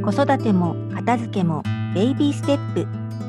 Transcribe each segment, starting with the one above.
子育ても片付けもベイビーステップ。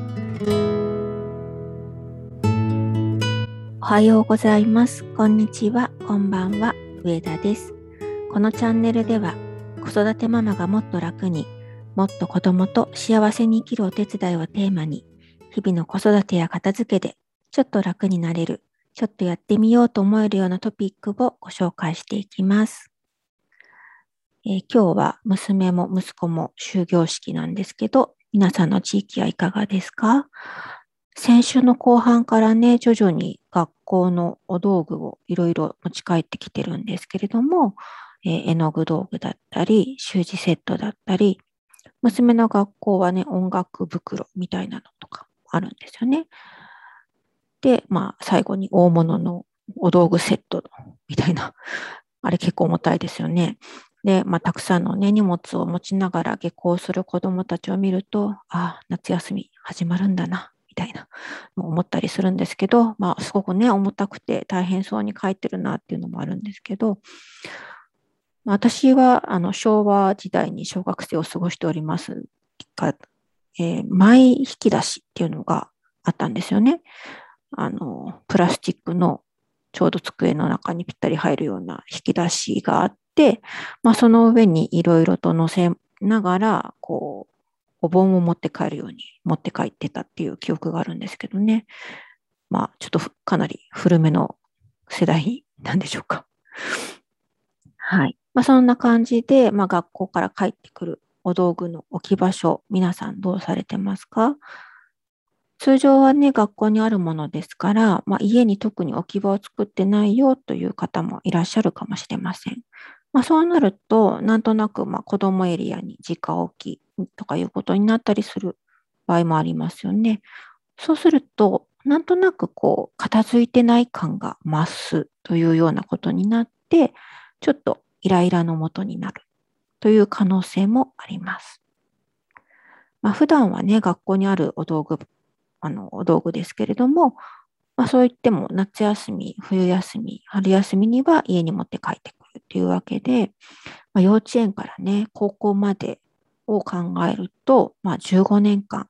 おはようございます。こんにちは、こんばんは、上田です。このチャンネルでは子育てママがもっと楽に、もっと子供と幸せに生きるお手伝いをテーマに、日々の子育てや片付けでちょっと楽になれる、ちょっとやってみようと思えるようなトピックをご紹介していきます。今日は娘も息子も終業式なんですけど、皆さんの地域はいかがですか？先週の後半からね、徐々に学校のお道具をいろいろ持ち帰ってきてるんですけれども、絵の具道具だったり、習字セットだったり、娘の学校はね、音楽袋みたいなのとかあるんですよね。で、最後に大物のお道具セットみたいな、あれ結構重たいですよね。で、たくさんのね、荷物を持ちながら下校する子どもたちを見ると、夏休み始まるんだな、みたいな思ったりするんですけど、すごくね、重たくて大変そうに書いてるなっていうのもあるんですけど、私は昭和時代に小学生を過ごしておりますが、マイ引き出しっていうのがあったんですよね。プラスチックのちょうど机の中にぴったり入るような引き出しがあって、その上にいろいろと乗せながら、お盆を持って帰るように持って帰ってたっていう記憶があるんですけどね。ちょっとかなり古めの世代なんでしょうか。はい。そんな感じで、学校から帰ってくるお道具の置き場所、皆さんどうされてますか？通常はね、学校にあるものですから、家に特に置き場を作ってないよという方もいらっしゃるかもしれません。そうなると、なんとなく子どもエリアに直置きとかいうことになったりする場合もありますよね。そうすると、なんとなく片付いてない感が増すというようなことになって、ちょっとイライラのもとになるという可能性もあります。普段はね、学校にあるお道具ですけれども、そう言っても夏休み、冬休み、春休みには家に持って帰ってくるというわけで、幼稚園からね、高校までを考えると、15年間、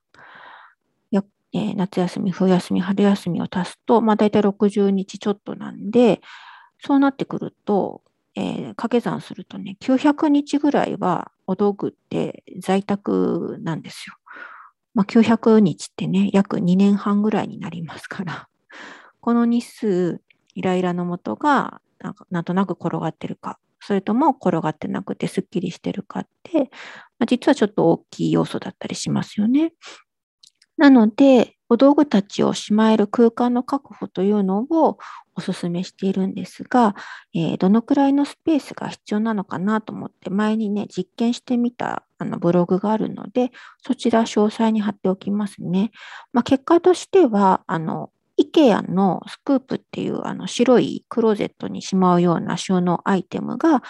夏休み、冬休み、春休みを足すと、だいたい60日ちょっとなんで、そうなってくると、掛け算するとね、900日ぐらいはお道具って在宅なんですよ。900日ってね、約2年半ぐらいになりますから、この日数、イライラのもとがなんとなく転がってるか、それとも転がってなくてすっきりしてるかって、実はちょっと大きい要素だったりしますよね。なので、お道具たちをしまえる空間の確保というのをお勧めしているんですが、どのくらいのスペースが必要なのかなと思って前にね、実験してみたブログがあるので、そちら詳細に貼っておきますね。結果としては、IKEA のスクープっていう白いクローゼットにしまうような収納アイテムが、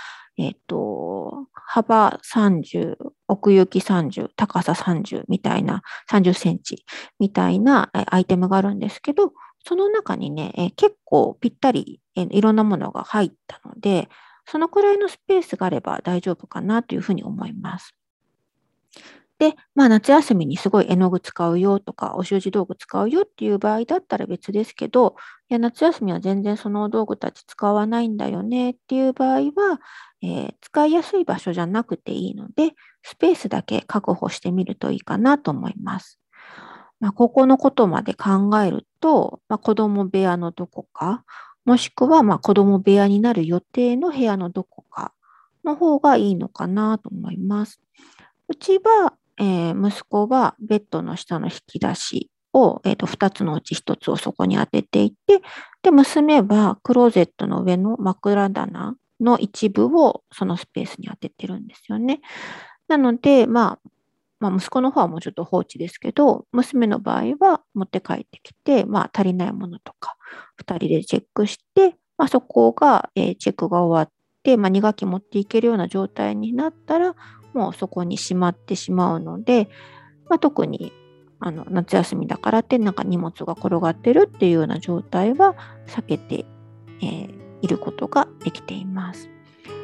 幅30、奥行き30、高さ30みたいな、30センチみたいなアイテムがあるんですけど、その中にね、結構ぴったりいろんなものが入ったので、そのくらいのスペースがあれば大丈夫かなというふうに思います。で、夏休みにすごい絵の具使うよとか、お習字道具使うよっていう場合だったら別ですけど、いや、夏休みは全然その道具たち使わないんだよねっていう場合は、使いやすい場所じゃなくていいので、スペースだけ確保してみるといいかなと思います。ここのことまで考えると、子供部屋のどこか、もしくは子供部屋になる予定の部屋のどこかの方がいいのかなと思います。うちは、息子はベッドの下の引き出しを、2つのうち1つをそこに当てていて、で、娘はクローゼットの上の枕棚の一部をそのスペースに当ててるんですよね。なので、息子の方はもうちょっと放置ですけど、娘の場合は持って帰ってきて、足りないものとか、2人でチェックして、そこが、チェックが終わって、2学期持っていけるような状態になったら、もうそこにしまってしまうので、特に夏休みだからって荷物が転がってるっていうような状態は避けて、いることができています。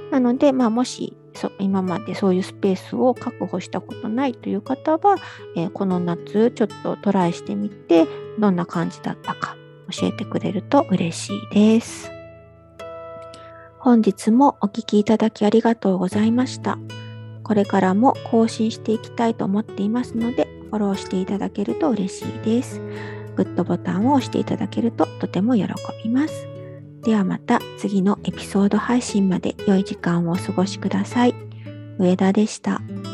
なので、もし今までそういうスペースを確保したことないという方は、この夏ちょっとトライしてみて、どんな感じだったか教えてくれると嬉しいです。本日もお聞きいただきありがとうございました。これからも更新していきたいと思っていますので、フォローしていただけると嬉しいです。グッドボタンを押していただけるととても喜びます。ではまた次のエピソード配信まで良い時間をお過ごしください。上田でした。